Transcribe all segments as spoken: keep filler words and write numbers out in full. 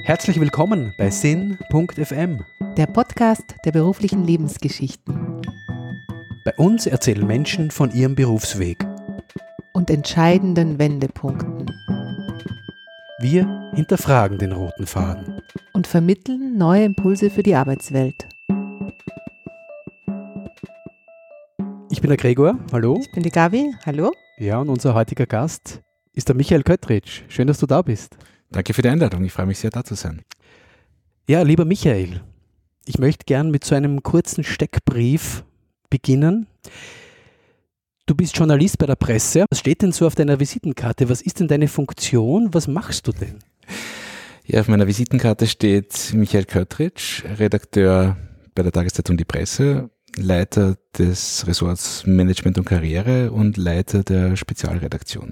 Herzlich willkommen bei Sinn Punkt F M, der Podcast der beruflichen Lebensgeschichten. Bei uns erzählen Menschen von ihrem Berufsweg und entscheidenden Wendepunkten. Wir hinterfragen den roten Faden und vermitteln neue Impulse für die Arbeitswelt. Ich bin der Gregor, hallo. Ich bin die Gabi, hallo. Ja, und unser heutiger Gast ist der Michael Köttritsch. Schön, dass du da bist. Danke für die Einladung, ich freue mich sehr, da zu sein. Ja, lieber Michael, ich möchte gern mit so einem kurzen Steckbrief beginnen. Du bist Journalist bei der Presse. Was steht denn so auf deiner Visitenkarte? Was ist denn deine Funktion? Was machst du denn? Ja, auf meiner Visitenkarte steht Michael Köttritsch, Redakteur bei der Tageszeitung Die Presse, Leiter des Ressorts Management und Karriere und Leiter der Spezialredaktion.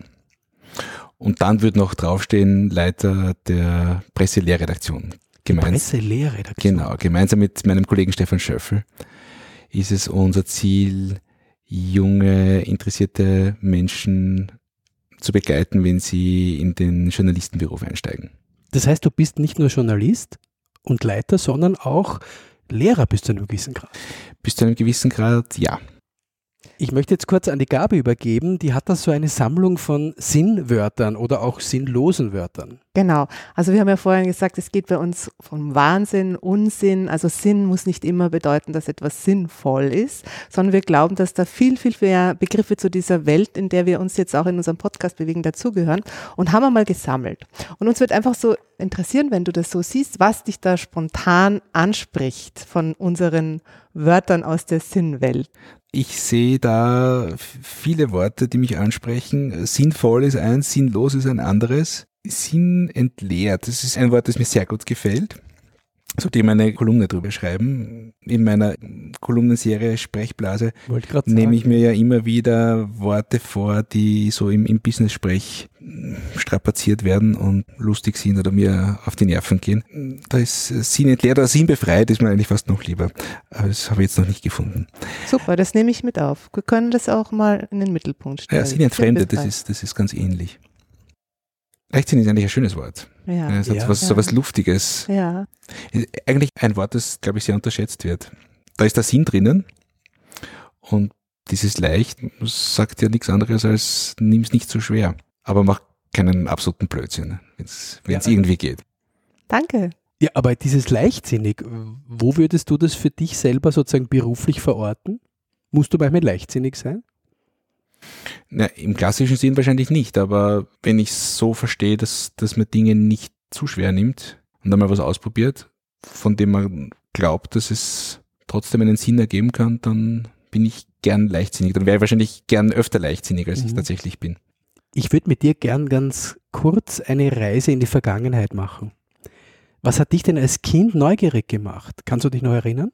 Und dann wird noch draufstehen, Leiter der Presselehrredaktion. Gemeins- Presselehrredaktion? Genau, gemeinsam mit meinem Kollegen Stefan Schöffel ist es unser Ziel, junge, interessierte Menschen zu begleiten, wenn sie in den Journalistenberuf einsteigen. Das heißt, du bist nicht nur Journalist und Leiter, sondern auch Lehrer bis zu einem gewissen Grad. Bis zu einem gewissen Grad, ja. Ich möchte jetzt kurz an die Gabi übergeben, die hat da so eine Sammlung von Sinnwörtern oder auch sinnlosen Wörtern. Genau, also wir haben ja vorhin gesagt, es geht bei uns vom Wahnsinn, Unsinn, also Sinn muss nicht immer bedeuten, dass etwas sinnvoll ist, sondern wir glauben, dass da viel, viel mehr Begriffe zu dieser Welt, in der wir uns jetzt auch in unserem Podcast bewegen, dazugehören und haben wir mal gesammelt. Und uns wird einfach so interessieren, wenn du das so siehst, was dich da spontan anspricht von unseren Wörtern aus der Sinnwelt. Ich sehe da viele Worte, die mich ansprechen. Sinnvoll ist eins, sinnlos ist ein anderes. Sinnentleert, das ist ein Wort, das mir sehr gut gefällt. Sollte ich meine Kolumne drüber schreiben. In meiner Kolumnenserie Sprechblase nehme ich mir ja immer wieder Worte vor, die so im, im Business-Sprech strapaziert werden und lustig sind oder mir auf die Nerven gehen. Da ist sinnentleert oder sinnbefreit, ist mir eigentlich fast noch lieber. Aber das habe ich jetzt noch nicht gefunden. Super, das nehme ich mit auf. Wir können das auch mal in den Mittelpunkt stellen. Ja, sinnentfremdet, das ist, das ist ganz ähnlich. Leichtsinn ist eigentlich ein schönes Wort. Ja. Es hat ja. was, so was Luftiges. Ja. Eigentlich ein Wort, das, glaube ich, sehr unterschätzt wird. Da ist der Sinn drinnen und dieses Leicht sagt ja nichts anderes als, nimm es nicht so schwer, aber mach keinen absoluten Blödsinn, wenn es ja. irgendwie geht. Danke. Ja, aber dieses leichtsinnig, wo würdest du das für dich selber sozusagen beruflich verorten? Musst du manchmal leichtsinnig sein? Na, im klassischen Sinn wahrscheinlich nicht, aber wenn ich es so verstehe, dass, dass man Dinge nicht zu schwer nimmt und einmal was ausprobiert, von dem man glaubt, dass es trotzdem einen Sinn ergeben kann, dann bin ich gern leichtsinnig. Dann wäre ich wahrscheinlich gern öfter leichtsinnig, als mhm. ich tatsächlich bin. Ich würde mit dir gern ganz kurz eine Reise in die Vergangenheit machen. Was hat dich denn als Kind neugierig gemacht? Kannst du dich noch erinnern?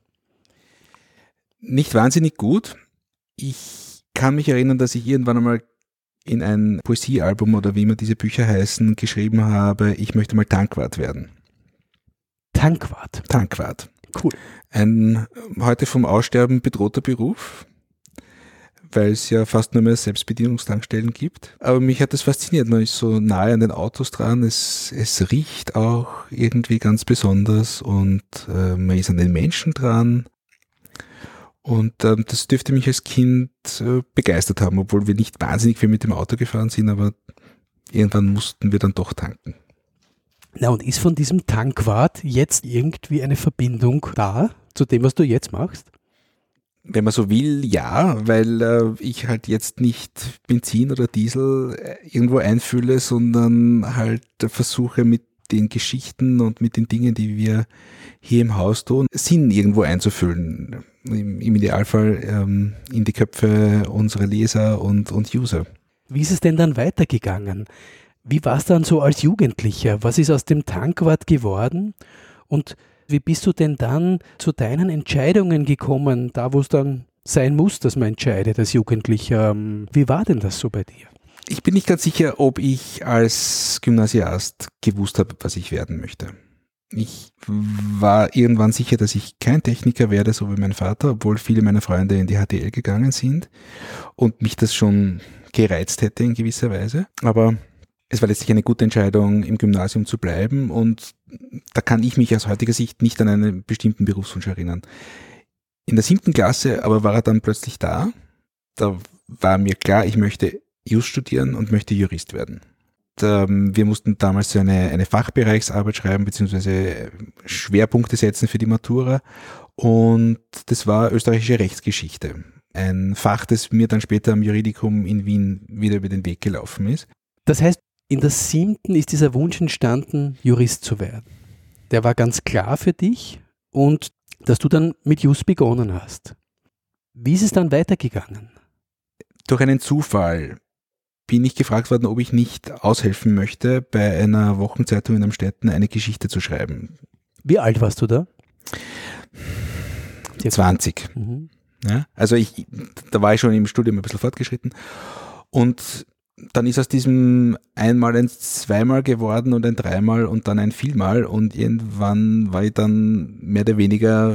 Nicht wahnsinnig gut. Ich kann mich erinnern, dass ich irgendwann einmal in ein Poesiealbum oder wie immer diese Bücher heißen, geschrieben habe, ich möchte mal Tankwart werden. Tankwart? Tankwart. Cool. Ein heute vom Aussterben bedrohter Beruf, weil es ja fast nur mehr Selbstbedienungstankstellen gibt. Aber mich hat das fasziniert. Man ist so nahe an den Autos dran. Es, es riecht auch irgendwie ganz besonders und äh, man ist an den Menschen dran. Und ähm, das dürfte mich als Kind äh, begeistert haben, obwohl wir nicht wahnsinnig viel mit dem Auto gefahren sind, aber irgendwann mussten wir dann doch tanken. Na, und ist von diesem Tankwart jetzt irgendwie eine Verbindung da zu dem, was du jetzt machst? Wenn man so will, ja, weil äh, ich halt jetzt nicht Benzin oder Diesel irgendwo einfülle, sondern halt versuche mit den Geschichten und mit den Dingen, die wir hier im Haus tun, Sinn irgendwo einzufüllen. Im, im Idealfall ähm, in die Köpfe unserer Leser und, und User. Wie ist es denn dann weitergegangen? Wie war es dann so als Jugendlicher? Was ist aus dem Tankwart geworden? Und wie bist du denn dann zu deinen Entscheidungen gekommen, da wo es dann sein muss, dass man entscheidet als Jugendlicher? Wie war denn das so bei dir? Ich bin nicht ganz sicher, ob ich als Gymnasiast gewusst habe, was ich werden möchte. Ich war irgendwann sicher, dass ich kein Techniker werde, so wie mein Vater, obwohl viele meiner Freunde in die H T L gegangen sind und mich das schon gereizt hätte in gewisser Weise. Aber Es war letztlich eine gute Entscheidung, im Gymnasium zu bleiben und da kann ich mich aus heutiger Sicht nicht an einen bestimmten Berufswunsch erinnern. In der siebten Klasse aber war er dann plötzlich da. Da war mir klar, ich möchte Jus studieren und möchte Jurist werden. Da, wir mussten damals so eine, eine Fachbereichsarbeit schreiben, beziehungsweise Schwerpunkte setzen für die Matura und das war österreichische Rechtsgeschichte. Ein Fach, das mir dann später am Juridikum in Wien wieder über den Weg gelaufen ist. Das heißt, in der siebten ist dieser Wunsch entstanden, Jurist zu werden. Der war ganz klar für dich und dass du dann mit Jus begonnen hast. Wie ist es dann weitergegangen? Durch einen Zufall bin ich gefragt worden, ob ich nicht aushelfen möchte, bei einer Wochenzeitung in Amstetten eine Geschichte zu schreiben. Wie alt warst du da? zwanzig. Mhm. Ja, also ich, da war ich schon im Studium ein bisschen fortgeschritten und dann ist aus diesem einmal ein zweimal geworden und ein dreimal und dann ein vielmal und irgendwann war ich dann mehr oder weniger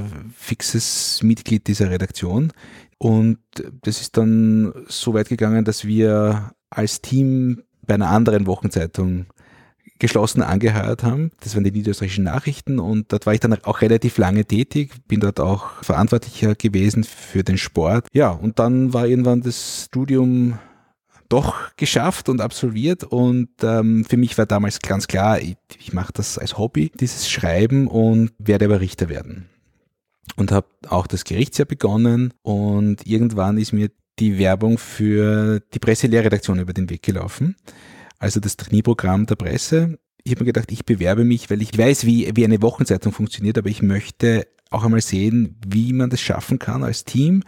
fixes Mitglied dieser Redaktion und das ist dann so weit gegangen, dass wir als Team bei einer anderen Wochenzeitung geschlossen angeheuert haben. Das waren die Niederösterreichischen Nachrichten und dort war ich dann auch relativ lange tätig, bin dort auch Verantwortlicher gewesen für den Sport. Ja, und dann war irgendwann das Studium doch geschafft und absolviert und ähm, für mich war damals ganz klar, ich, ich mache das als Hobby, dieses Schreiben und werde aber Richter werden. Und habe auch das Gerichtsjahr begonnen und irgendwann ist mir die Werbung für die Presselehrredaktion über den Weg gelaufen, also das Trainee-Programm der Presse. Ich habe mir gedacht, ich bewerbe mich, weil ich weiß, wie, wie eine Wochenzeitung funktioniert, aber ich möchte auch einmal sehen, wie man das schaffen kann, als Team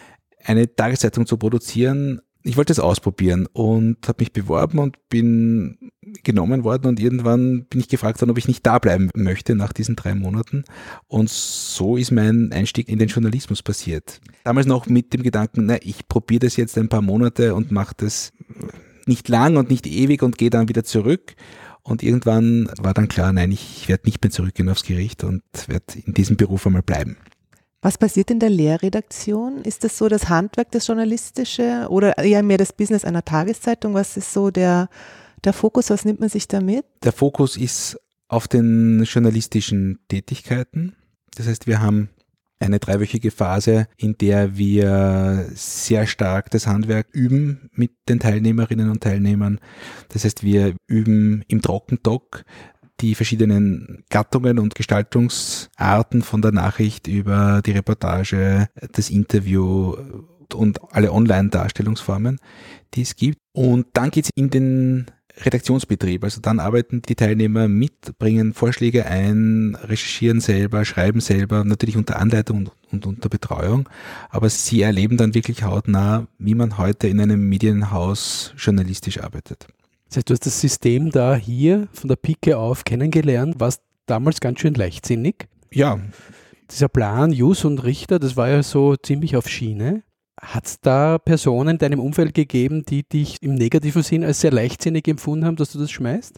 eine Tageszeitung zu produzieren. Ich wollte es ausprobieren und habe mich beworben und bin genommen worden und irgendwann bin ich gefragt worden, ob ich nicht da bleiben möchte nach diesen drei Monaten und so ist mein Einstieg in den Journalismus passiert. Damals noch mit dem Gedanken, na, ich probiere das jetzt ein paar Monate und mache das nicht lang und nicht ewig und gehe dann wieder zurück und irgendwann war dann klar, nein, ich werde nicht mehr zurückgehen aufs Gericht und werde in diesem Beruf einmal bleiben. Was passiert in der Lehrredaktion? Ist das so das Handwerk, das Journalistische oder eher mehr das Business einer Tageszeitung? Was ist so der, der Fokus? Was nimmt man sich da mit? Der Fokus ist auf den journalistischen Tätigkeiten. Das heißt, wir haben eine dreiwöchige Phase, in der wir sehr stark das Handwerk üben mit den Teilnehmerinnen und Teilnehmern. Das heißt, wir üben im Trockendock die verschiedenen Gattungen und Gestaltungsarten von der Nachricht über die Reportage, das Interview und alle Online-Darstellungsformen, die es gibt. Und dann geht es in den Redaktionsbetrieb. Also dann arbeiten die Teilnehmer mit, bringen Vorschläge ein, recherchieren selber, schreiben selber, natürlich unter Anleitung und unter Betreuung. Aber sie erleben dann wirklich hautnah, wie man heute in einem Medienhaus journalistisch arbeitet. Das heißt, du hast das System da hier von der Pike auf kennengelernt, warst damals ganz schön leichtsinnig. Ja. Dieser Plan, Jus und Richter, das war ja so ziemlich auf Schiene. Hat es da Personen in deinem Umfeld gegeben, die dich im negativen Sinn als sehr leichtsinnig empfunden haben, dass du das schmeißt?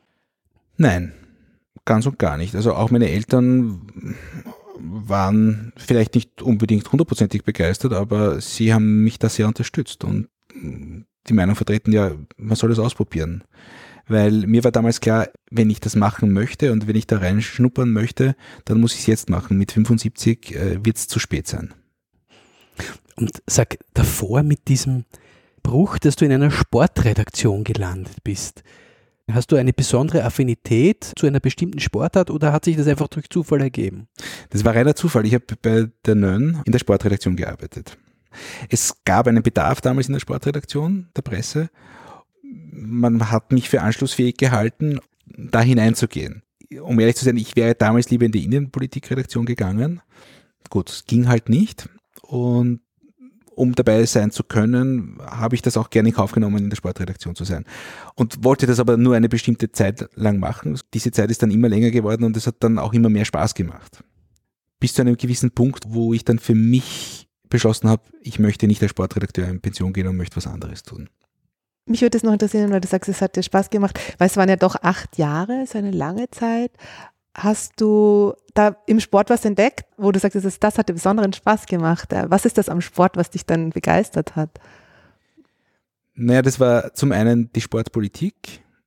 Nein, ganz und gar nicht. Also auch meine Eltern waren vielleicht nicht unbedingt hundertprozentig begeistert, aber sie haben mich da sehr unterstützt und die Meinung vertreten, ja, man soll das ausprobieren. Weil mir war damals klar, wenn ich das machen möchte und wenn ich da reinschnuppern möchte, dann muss ich es jetzt machen. Mit fünfundsiebzig äh, wird es zu spät sein. Und sag, davor mit diesem Bruch, dass du in einer Sportredaktion gelandet bist, hast du eine besondere Affinität zu einer bestimmten Sportart oder hat sich das einfach durch Zufall ergeben? Das war reiner Zufall. Ich habe bei der Nön in der Sportredaktion gearbeitet. Es gab einen Bedarf damals in der Sportredaktion der Presse. Man hat mich für anschlussfähig gehalten, da hineinzugehen. Um ehrlich zu sein, ich wäre damals lieber in die Innenpolitikredaktion gegangen. Gut, es ging halt nicht. Und um dabei sein zu können, habe ich das auch gerne in Kauf genommen, in der Sportredaktion zu sein. Und wollte das aber nur eine bestimmte Zeit lang machen. Diese Zeit ist dann immer länger geworden und es hat dann auch immer mehr Spaß gemacht. Bis zu einem gewissen Punkt, wo ich dann für mich beschlossen habe, ich möchte nicht als Sportredakteur in Pension gehen und möchte was anderes tun. Mich würde es noch interessieren, weil du sagst, es hat dir Spaß gemacht, weil es waren ja doch acht Jahre, ist eine lange Zeit. Hast du da im Sport was entdeckt, wo du sagst, das, das hat dir besonderen Spaß gemacht? Was ist das am Sport, was dich dann begeistert hat? Naja, das war zum einen die Sportpolitik.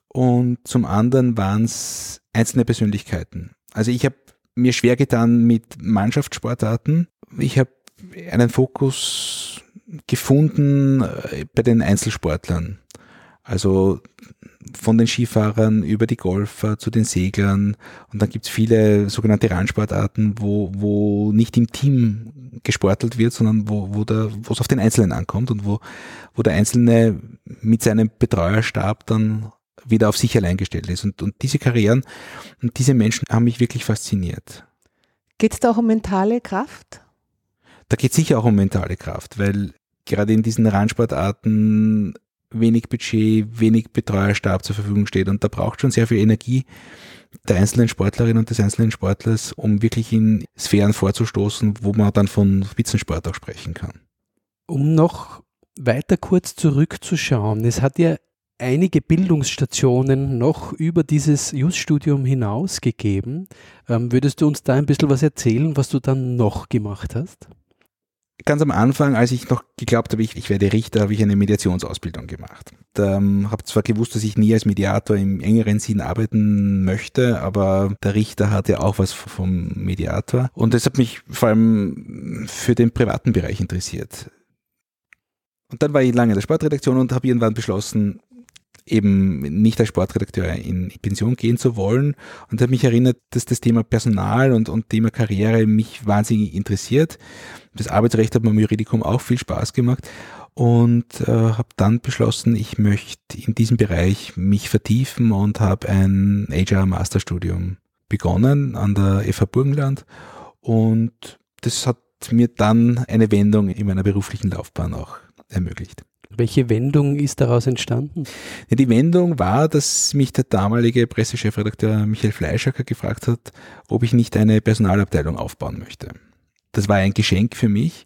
und zum anderen waren es einzelne Persönlichkeiten. Also ich habe mir schwer getan mit Mannschaftssportarten. Ich habe einen Fokus gefunden bei den Einzelsportlern. Also von den Skifahrern über die Golfer zu den Seglern, und dann gibt es viele sogenannte Randsportarten, wo, wo nicht im Team gesportelt wird, sondern wo, wo, der, wo es auf den Einzelnen ankommt und wo, wo der Einzelne mit seinem Betreuerstab dann wieder auf sich allein gestellt ist. Und, und diese Karrieren und diese Menschen haben mich wirklich fasziniert. Geht es da auch um mentale Kraft? Da geht es sicher auch um mentale Kraft, weil gerade in diesen Randsportarten wenig Budget, wenig Betreuerstab zur Verfügung steht, und da braucht schon sehr viel Energie der einzelnen Sportlerin und des einzelnen Sportlers, um wirklich in Sphären vorzustoßen, wo man dann von Spitzensport auch sprechen kann. Um noch weiter kurz zurückzuschauen, es hat ja einige Bildungsstationen noch über dieses Jus-Studium hinaus gegeben. Ähm, würdest du uns da ein bisschen was erzählen, was du dann noch gemacht hast? Ganz am Anfang, als ich noch geglaubt habe, ich, ich werde Richter, habe ich eine Mediationsausbildung gemacht. Da ähm, habe zwar gewusst, dass ich nie als Mediator im engeren Sinn arbeiten möchte, aber der Richter hatte auch was vom Mediator. Und das hat mich vor allem für den privaten Bereich interessiert. Und dann war ich lange in der Sportredaktion und habe irgendwann beschlossen, eben nicht als Sportredakteur in Pension gehen zu wollen, und habe mich erinnert, dass das Thema Personal und, und Thema Karriere mich wahnsinnig interessiert. Das Arbeitsrecht hat mir im Juridikum auch viel Spaß gemacht, und äh, habe dann beschlossen, ich möchte in diesem Bereich mich vertiefen und habe ein H R-Masterstudium begonnen an der F H Burgenland, und das hat mir dann eine Wendung in meiner beruflichen Laufbahn auch ermöglicht. Welche Wendung ist daraus entstanden? Ja, die Wendung war, dass mich der damalige Pressechefredakteur Michael Fleischacker gefragt hat, ob ich nicht eine Personalabteilung aufbauen möchte. Das war ein Geschenk für mich,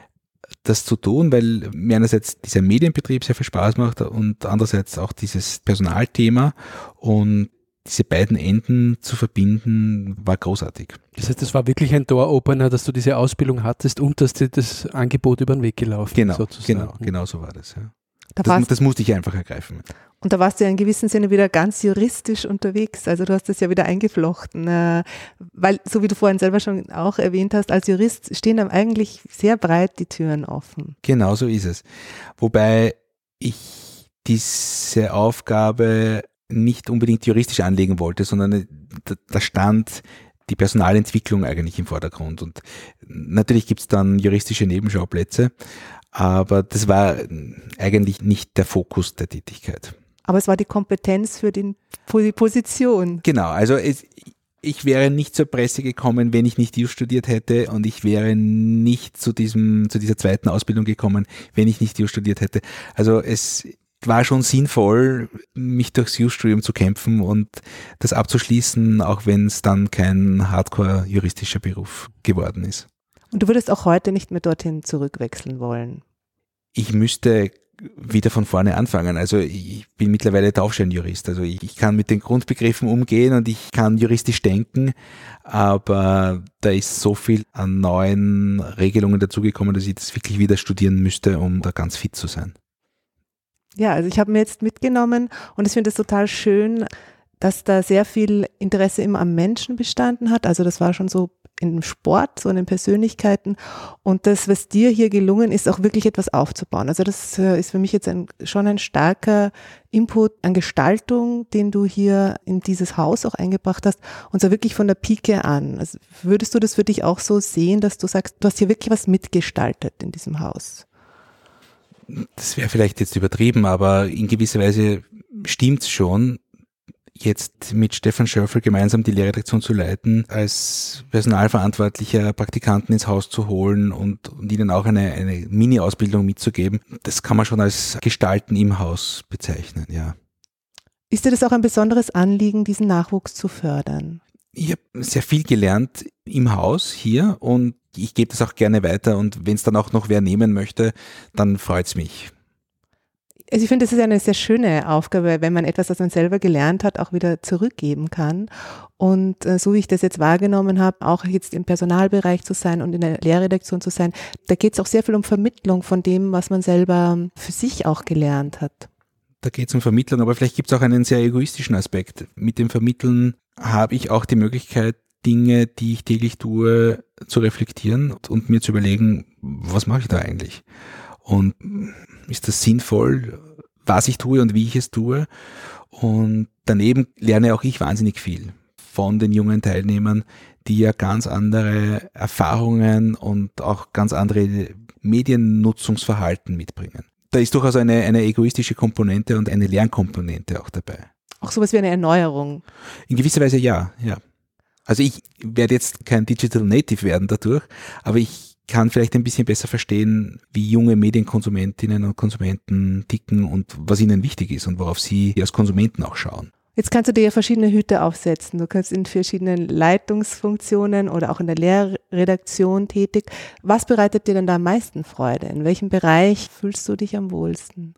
das zu tun, weil mir einerseits dieser Medienbetrieb sehr viel Spaß macht und andererseits auch dieses Personalthema, und diese beiden Enden zu verbinden, war großartig. Das heißt, es war wirklich ein Door-Opener, dass du diese Ausbildung hattest und dass dir das Angebot über den Weg gelaufen ist. Genau, sozusagen. genau, genau so war das. Ja. Da Das, das musste ich einfach ergreifen. Und da warst du ja in gewissem Sinne wieder ganz juristisch unterwegs. Also du hast das ja wieder eingeflochten. Äh, weil, so wie du vorhin selber schon auch erwähnt hast, als Jurist stehen einem eigentlich sehr breit die Türen offen. Genau so ist es. Wobei ich diese Aufgabe nicht unbedingt juristisch anlegen wollte, sondern da stand die Personalentwicklung eigentlich im Vordergrund. Und natürlich gibt es dann juristische Nebenschauplätze, aber das war eigentlich nicht der Fokus der Tätigkeit. Aber es war die Kompetenz für den, für die Position. Genau, also es, ich wäre nicht zur Presse gekommen, wenn ich nicht Jus studiert hätte, und ich wäre nicht zu diesem, zu dieser zweiten Ausbildung gekommen, wenn ich nicht Jus studiert hätte. Also es war schon sinnvoll, mich durchs Jus-Studium zu kämpfen und das abzuschließen, auch wenn es dann kein hardcore-juristischer Beruf geworden ist. Und du würdest auch heute nicht mehr dorthin zurückwechseln wollen? Ich müsste wieder von vorne anfangen. Also ich bin mittlerweile Taufscheinjurist. Also ich, ich kann mit den Grundbegriffen umgehen und ich kann juristisch denken, aber da ist so viel an neuen Regelungen dazugekommen, dass ich das wirklich wieder studieren müsste, um da ganz fit zu sein. Ja, also ich habe mir jetzt mitgenommen, und ich finde es total schön, dass da sehr viel Interesse immer am Menschen bestanden hat. Also das war schon so im Sport, so in den Persönlichkeiten. Und das, was dir hier gelungen ist, auch wirklich etwas aufzubauen. Also das ist für mich jetzt ein, schon ein starker Input an Gestaltung, den du hier in dieses Haus auch eingebracht hast. Und zwar wirklich von der Pike an. Also würdest du das für dich auch so sehen, dass du sagst, du hast hier wirklich was mitgestaltet in diesem Haus? Das wäre vielleicht jetzt übertrieben, aber in gewisser Weise stimmt's schon, jetzt mit Stefan Schöffel gemeinsam die Lehrredaktion zu leiten, als personalverantwortlicher Praktikanten ins Haus zu holen und, und ihnen auch eine, eine Mini-Ausbildung mitzugeben. Das kann man schon als Gestalten im Haus bezeichnen, ja. Ist dir das auch ein besonderes Anliegen, diesen Nachwuchs zu fördern? Ich habe sehr viel gelernt im Haus hier, und ich gebe das auch gerne weiter, und wenn es dann auch noch wer nehmen möchte, dann freut es mich. Also ich finde, das ist eine sehr schöne Aufgabe, wenn man etwas, das man selber gelernt hat, auch wieder zurückgeben kann. Und äh, so wie ich das jetzt wahrgenommen habe, auch jetzt im Personalbereich zu sein und in der Lehrredaktion zu sein, da geht es auch sehr viel um Vermittlung von dem, was man selber für sich auch gelernt hat. Da geht es um Vermittlung, aber vielleicht gibt es auch einen sehr egoistischen Aspekt. Mit dem Vermitteln habe ich auch die Möglichkeit, Dinge, die ich täglich tue, zu reflektieren und mir zu überlegen, was mache ich da eigentlich? Und ist das sinnvoll, was ich tue und wie ich es tue? Und daneben lerne auch ich wahnsinnig viel von den jungen Teilnehmern, die ja ganz andere Erfahrungen und auch ganz andere Mediennutzungsverhalten mitbringen. Da ist durchaus eine, eine egoistische Komponente und eine Lernkomponente auch dabei. Auch sowas wie eine Erneuerung. In gewisser Weise ja, ja. Also ich werde jetzt kein Digital Native werden dadurch, aber ich kann vielleicht ein bisschen besser verstehen, wie junge Medienkonsumentinnen und Konsumenten ticken und was ihnen wichtig ist und worauf sie als Konsumenten auch schauen. Jetzt kannst du dir ja verschiedene Hüte aufsetzen. Du kannst in verschiedenen Leitungsfunktionen oder auch in der Lehrredaktion tätig. Was bereitet dir denn da am meisten Freude? In welchem Bereich fühlst du dich am wohlsten?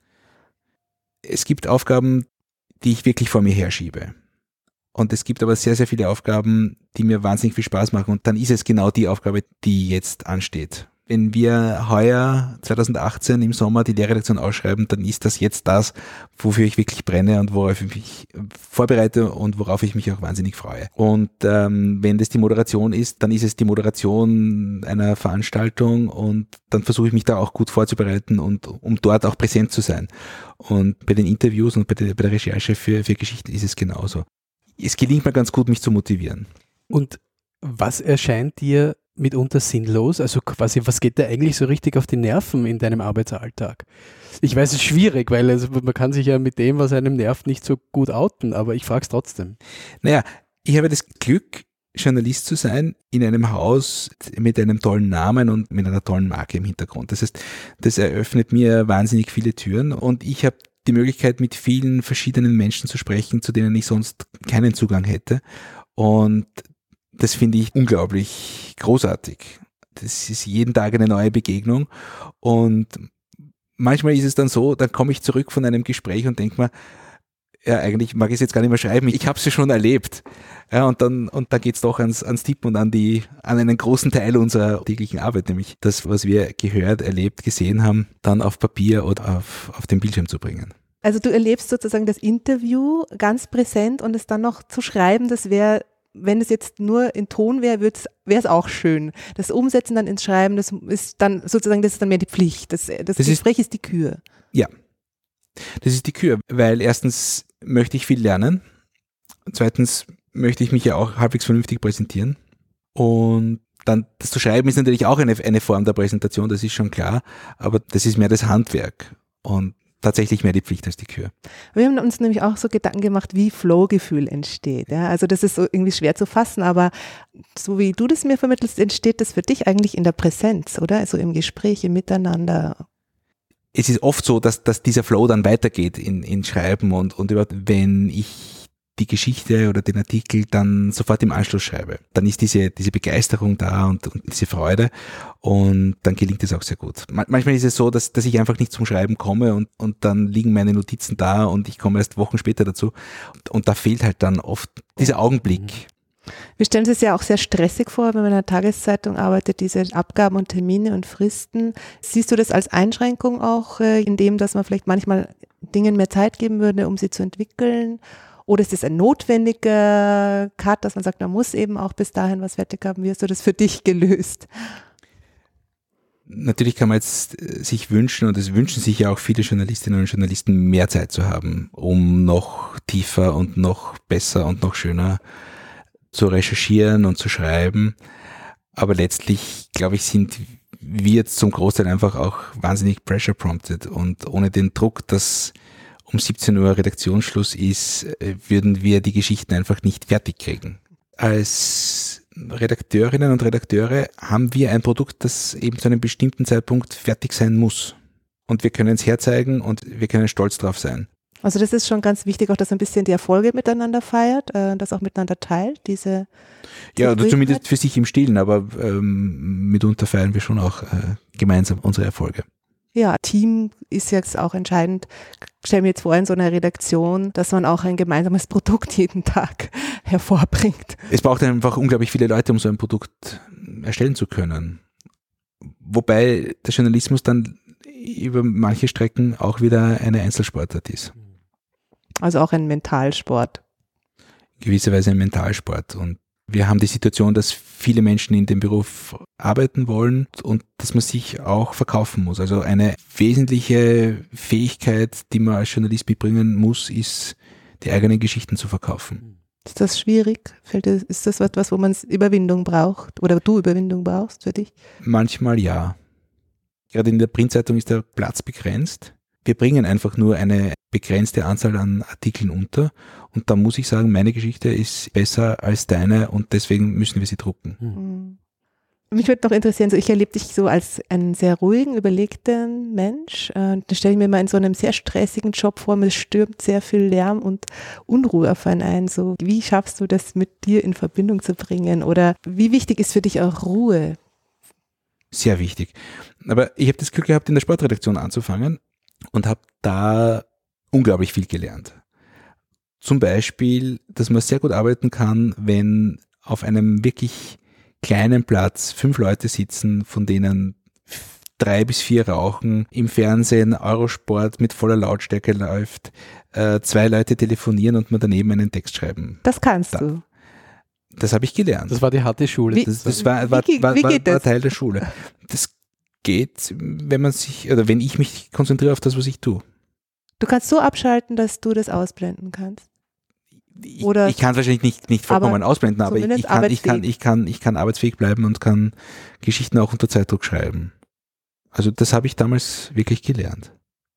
Es gibt Aufgaben, die ich wirklich vor mir herschiebe. Und es gibt aber sehr, sehr viele Aufgaben, die mir wahnsinnig viel Spaß machen. Und dann ist es genau die Aufgabe, die jetzt ansteht. Wenn wir heuer zwanzig achtzehn im Sommer die Lehrredaktion ausschreiben, dann ist das jetzt das, wofür ich wirklich brenne und worauf ich mich vorbereite und worauf ich mich auch wahnsinnig freue. Und ähm, wenn das die Moderation ist, dann ist es die Moderation einer Veranstaltung und dann versuche ich mich da auch gut vorzubereiten und um dort auch präsent zu sein. Und bei den Interviews und bei der, bei der Recherche für, für Geschichten ist es genauso. Es gelingt mir ganz gut, mich zu motivieren. Und was erscheint dir mitunter sinnlos? Also quasi, was geht da eigentlich so richtig auf die Nerven in deinem Arbeitsalltag? Ich weiß, es ist schwierig, weil also man kann sich ja mit dem, was einem nervt, nicht so gut outen, aber ich frage es trotzdem. Naja, ich habe das Glück, Journalist zu sein in einem Haus mit einem tollen Namen und mit einer tollen Marke im Hintergrund. Das heißt, das eröffnet mir wahnsinnig viele Türen und ich habe die Möglichkeit, mit vielen verschiedenen Menschen zu sprechen, zu denen ich sonst keinen Zugang hätte. Und das finde ich unglaublich großartig. Das ist jeden Tag eine neue Begegnung. Und manchmal ist es dann so, dann komme ich zurück von einem Gespräch und denke mir, ja, eigentlich mag ich es jetzt gar nicht mehr schreiben, ich habe es ja schon erlebt. Ja, und dann, und dann geht es doch ans, ans Tippen und an, die, an einen großen Teil unserer täglichen Arbeit, nämlich das, was wir gehört, erlebt, gesehen haben, dann auf Papier oder auf, auf den Bildschirm zu bringen. Also du erlebst sozusagen das Interview ganz präsent und es dann noch zu schreiben, das wäre, wenn es jetzt nur in Ton wäre, wäre es auch schön. Das Umsetzen dann ins Schreiben, das ist dann sozusagen, das ist dann mehr die Pflicht. Das, das, das Gespräch ist, ist die Kür. Ja, das ist die Kür, weil erstens möchte ich viel lernen, zweitens möchte ich mich ja auch halbwegs vernünftig präsentieren und dann das zu schreiben ist natürlich auch eine, eine Form der Präsentation, das ist schon klar, aber das ist mehr das Handwerk und tatsächlich mehr die Pflicht als die Kür. Wir haben uns nämlich auch so Gedanken gemacht, wie Flow-Gefühl entsteht. Ja? Also das ist so irgendwie schwer zu fassen, aber so wie du das mir vermittelst, entsteht das für dich eigentlich in der Präsenz, oder? Also im Gespräch, im Miteinander. Es ist oft so, dass, dass dieser Flow dann weitergeht in, in Schreiben und, und überhaupt, wenn ich die Geschichte oder den Artikel dann sofort im Anschluss schreibe, dann ist diese, diese Begeisterung da und, und diese Freude und dann gelingt es auch sehr gut. Manchmal ist es so, dass, dass ich einfach nicht zum Schreiben komme und, und dann liegen meine Notizen da und ich komme erst Wochen später dazu und, und da fehlt halt dann oft dieser Augenblick. Wir stellen es ja auch sehr stressig vor, wenn man in einer Tageszeitung arbeitet, diese Abgaben und Termine und Fristen. Siehst du das als Einschränkung auch äh, in dem, dass man vielleicht manchmal Dingen mehr Zeit geben würde, um sie zu entwickeln? Oder ist es ein notwendiger Cut, dass man sagt, man muss eben auch bis dahin was fertig haben? Wie hast du das für dich gelöst? Natürlich kann man jetzt sich wünschen, und es wünschen sich ja auch viele Journalistinnen und Journalisten, mehr Zeit zu haben, um noch tiefer und noch besser und noch schöner zu recherchieren und zu schreiben. Aber letztlich, glaube ich, sind wir jetzt zum Großteil einfach auch wahnsinnig pressure prompted und ohne den Druck, dass um siebzehn Uhr Redaktionsschluss ist, würden wir die Geschichten einfach nicht fertig kriegen. Als Redakteurinnen und Redakteure haben wir ein Produkt, das eben zu einem bestimmten Zeitpunkt fertig sein muss. Und wir können es herzeigen und wir können stolz drauf sein. Also das ist schon ganz wichtig, auch dass man ein bisschen die Erfolge miteinander feiert, äh, das auch miteinander teilt, diese Ja, oder zumindest für sich im Stillen, aber ähm, mitunter feiern wir schon auch äh, gemeinsam unsere Erfolge. Ja, Team ist jetzt auch entscheidend. Stell mir jetzt vor, in so einer Redaktion, dass man auch ein gemeinsames Produkt jeden Tag hervorbringt. Es braucht einfach unglaublich viele Leute, um so ein Produkt erstellen zu können. Wobei der Journalismus dann über manche Strecken auch wieder eine Einzelsportart ist. Also auch ein Mentalsport. Gewisserweise ein Mentalsport. Und wir haben die Situation, dass viele Menschen in dem Beruf arbeiten wollen und dass man sich auch verkaufen muss. Also eine wesentliche Fähigkeit, die man als Journalist mitbringen muss, ist, die eigenen Geschichten zu verkaufen. Ist das schwierig? Ist das etwas, wo man Überwindung braucht oder du Überwindung brauchst für dich? Manchmal ja. Gerade in der Printzeitung ist der Platz begrenzt. Wir bringen einfach nur eine begrenzte Anzahl an Artikeln unter und da muss ich sagen, meine Geschichte ist besser als deine und deswegen müssen wir sie drucken. Mhm. Mich würde noch interessieren, so ich erlebe dich so als einen sehr ruhigen, überlegten Mensch. Äh, da stelle ich mir mal in so einem sehr stressigen Job vor, es stürmt sehr viel Lärm und Unruhe auf einen ein. So, wie schaffst du das mit dir in Verbindung zu bringen? Oder wie wichtig ist für dich auch Ruhe? Sehr wichtig. Aber ich habe das Glück gehabt, in der Sportredaktion anzufangen und habe da unglaublich viel gelernt. Zum Beispiel, dass man sehr gut arbeiten kann, wenn auf einem wirklich kleinen Platz fünf Leute sitzen, von denen drei bis vier rauchen, im Fernsehen Eurosport mit voller Lautstärke läuft, äh, zwei Leute telefonieren und man daneben einen Text schreiben. Das kannst da. du. Das habe ich gelernt. Das war die harte Schule. Wie, das das war, war, wie, war, wie war, geht war das? Teil der Schule. Das geht, wenn man sich, oder wenn ich mich konzentriere auf das, was ich tue. Du kannst so abschalten, dass du das ausblenden kannst. Ich, Oder ich kann es wahrscheinlich nicht, nicht vollkommen aber ausblenden, aber ich, ich, kann, ich, kann, ich, kann, ich kann arbeitsfähig bleiben und kann Geschichten auch unter Zeitdruck schreiben. Also das habe ich damals wirklich gelernt.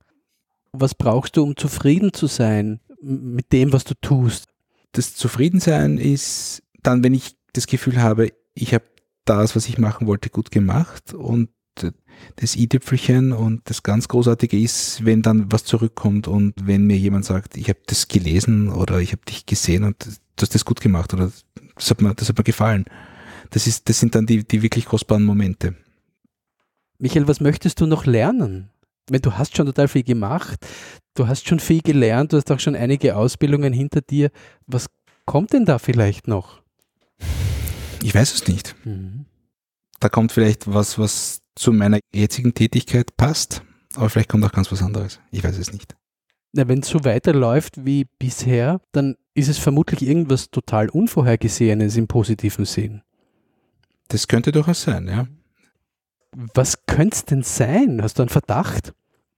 Was brauchst du, um zufrieden zu sein mit dem, was du tust? Das Zufriedensein ist dann, wenn ich das Gefühl habe, ich habe das, was ich machen wollte, gut gemacht und das i-Tüpfelchen und das ganz Großartige ist, wenn dann was zurückkommt und wenn mir jemand sagt, ich habe das gelesen oder ich habe dich gesehen und du hast das gut gemacht oder das hat mir, das hat mir gefallen. Das ist, das sind dann die, die wirklich kostbaren Momente. Michael, was möchtest du noch lernen? Wenn du hast schon total viel gemacht, du hast schon viel gelernt, du hast auch schon einige Ausbildungen hinter dir. Was kommt denn da vielleicht noch? Ich weiß es nicht. Mhm. Da kommt vielleicht was, was zu meiner jetzigen Tätigkeit passt, aber vielleicht kommt auch ganz was anderes. Ich weiß es nicht. Ja, wenn es so weiterläuft wie bisher, dann ist es vermutlich irgendwas total Unvorhergesehenes im positiven Sinn. Das könnte durchaus sein, ja. Was könnte es denn sein? Hast du einen Verdacht?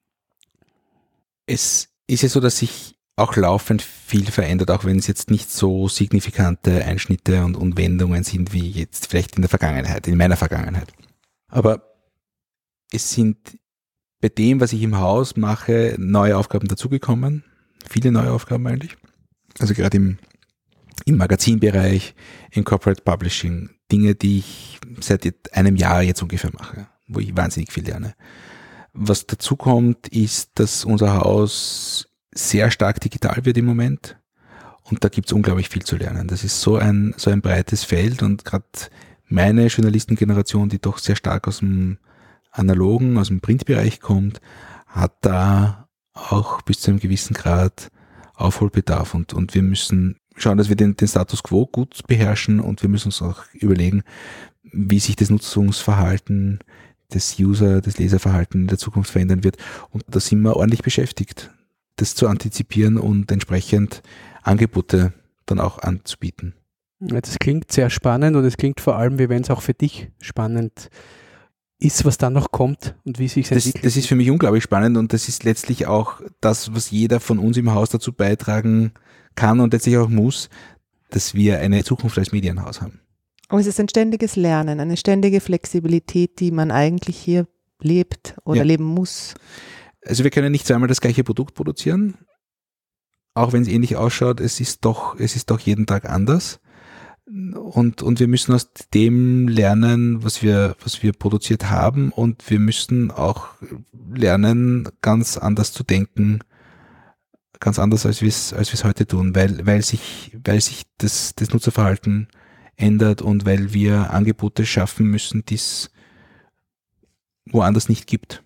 Es ist ja so, dass sich auch laufend viel verändert, auch wenn es jetzt nicht so signifikante Einschnitte und, und Wendungen sind wie jetzt vielleicht in der Vergangenheit, in meiner Vergangenheit. Aber es sind bei dem, was ich im Haus mache, neue Aufgaben dazugekommen. Viele neue Aufgaben eigentlich. Also gerade im, im Magazinbereich, im Corporate Publishing. Dinge, die ich seit einem Jahr jetzt ungefähr mache, wo ich wahnsinnig viel lerne. Was dazu kommt, ist, dass unser Haus sehr stark digital wird im Moment. Und da gibt es unglaublich viel zu lernen. Das ist so ein, so ein breites Feld und gerade meine Journalistengeneration, die doch sehr stark aus dem Analogen, aus dem Printbereich kommt, hat da auch bis zu einem gewissen Grad Aufholbedarf und, und wir müssen schauen, dass wir den, den Status quo gut beherrschen und wir müssen uns auch überlegen, wie sich das Nutzungsverhalten des User, des Leserverhalten in der Zukunft verändern wird und da sind wir ordentlich beschäftigt, das zu antizipieren und entsprechend Angebote dann auch anzubieten. Das klingt sehr spannend und es klingt vor allem, wie wenn es auch für dich spannend ist, was dann noch kommt und wie sich es das, entwickelt. Das ist für mich unglaublich spannend und das ist letztlich auch das, was jeder von uns im Haus dazu beitragen kann und letztlich auch muss, dass wir eine Zukunft als Medienhaus haben. Aber es ist ein ständiges Lernen, eine ständige Flexibilität, die man eigentlich hier lebt oder ja. leben muss. Also wir können nicht zweimal das gleiche Produkt produzieren, auch wenn es ähnlich ausschaut, es ist doch, es ist doch jeden Tag anders. Und, und wir müssen aus dem lernen, was wir, was wir produziert haben und wir müssen auch lernen, ganz anders zu denken, ganz anders als wir es, als wir es heute tun, weil, weil sich, weil sich das, das Nutzerverhalten ändert und weil wir Angebote schaffen müssen, die es woanders nicht gibt.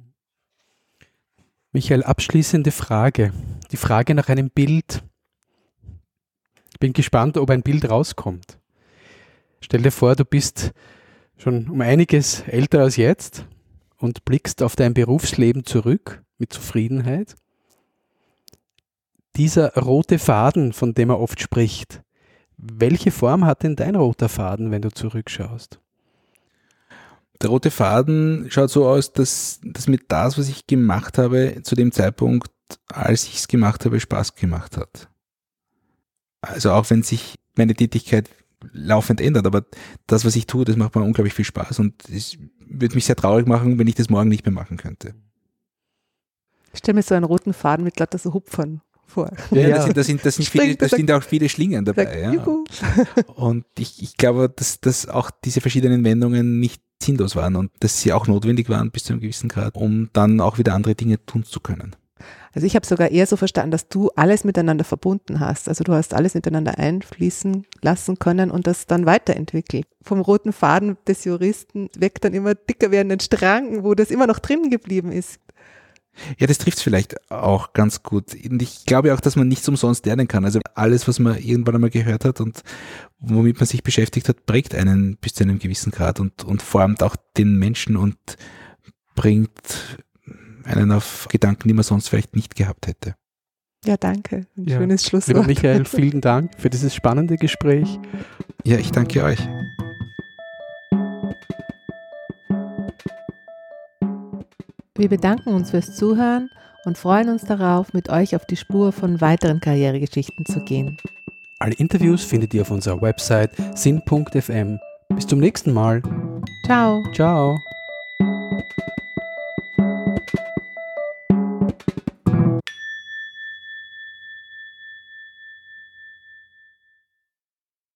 Michael, abschließende Frage. Die Frage nach einem Bild. Ich bin gespannt, ob ein Bild rauskommt. Stell dir vor, du bist schon um einiges älter als jetzt und blickst auf dein Berufsleben zurück mit Zufriedenheit. Dieser rote Faden, von dem er oft spricht, welche Form hat denn dein roter Faden, wenn du zurückschaust? Der rote Faden schaut so aus, dass, dass mir das, was ich gemacht habe, zu dem Zeitpunkt, als ich es gemacht habe, Spaß gemacht hat. Also auch wenn sich meine Tätigkeit laufend ändert, aber das, was ich tue, das macht mir unglaublich viel Spaß und es würde mich sehr traurig machen, wenn ich das morgen nicht mehr machen könnte. Ich stelle mir so einen roten Faden mit lauter so Hupfern vor. Ja, Ja. Da sind, da sind, da sind, viele, da sind auch viele Schlingen dabei. Ja. Juhu. Und ich, ich glaube, dass, dass auch diese verschiedenen Wendungen nicht sinnlos waren und dass sie auch notwendig waren bis zu einem gewissen Grad, um dann auch wieder andere Dinge tun zu können. Also ich habe sogar eher so verstanden, dass du alles miteinander verbunden hast. Also du hast alles miteinander einfließen lassen können und das dann weiterentwickelt. Vom roten Faden des Juristen weg dann immer dicker werdenden Strang, wo das immer noch drin geblieben ist. Ja, das trifft es vielleicht auch ganz gut. Und ich glaube auch, dass man nichts umsonst lernen kann. Also alles, was man irgendwann einmal gehört hat und womit man sich beschäftigt hat, prägt einen bis zu einem gewissen Grad und, und formt auch den Menschen und bringt einen auf Gedanken, die man sonst vielleicht nicht gehabt hätte. Ja, danke. Ein Ja. schönes Lieber Schlusswort. Michael, vielen Dank für dieses spannende Gespräch. Ja, ich danke euch. Wir bedanken uns fürs Zuhören und freuen uns darauf, mit euch auf die Spur von weiteren Karrieregeschichten zu gehen. Alle Interviews findet ihr auf unserer Website sinn punkt f m. Bis zum nächsten Mal. Ciao. Ciao.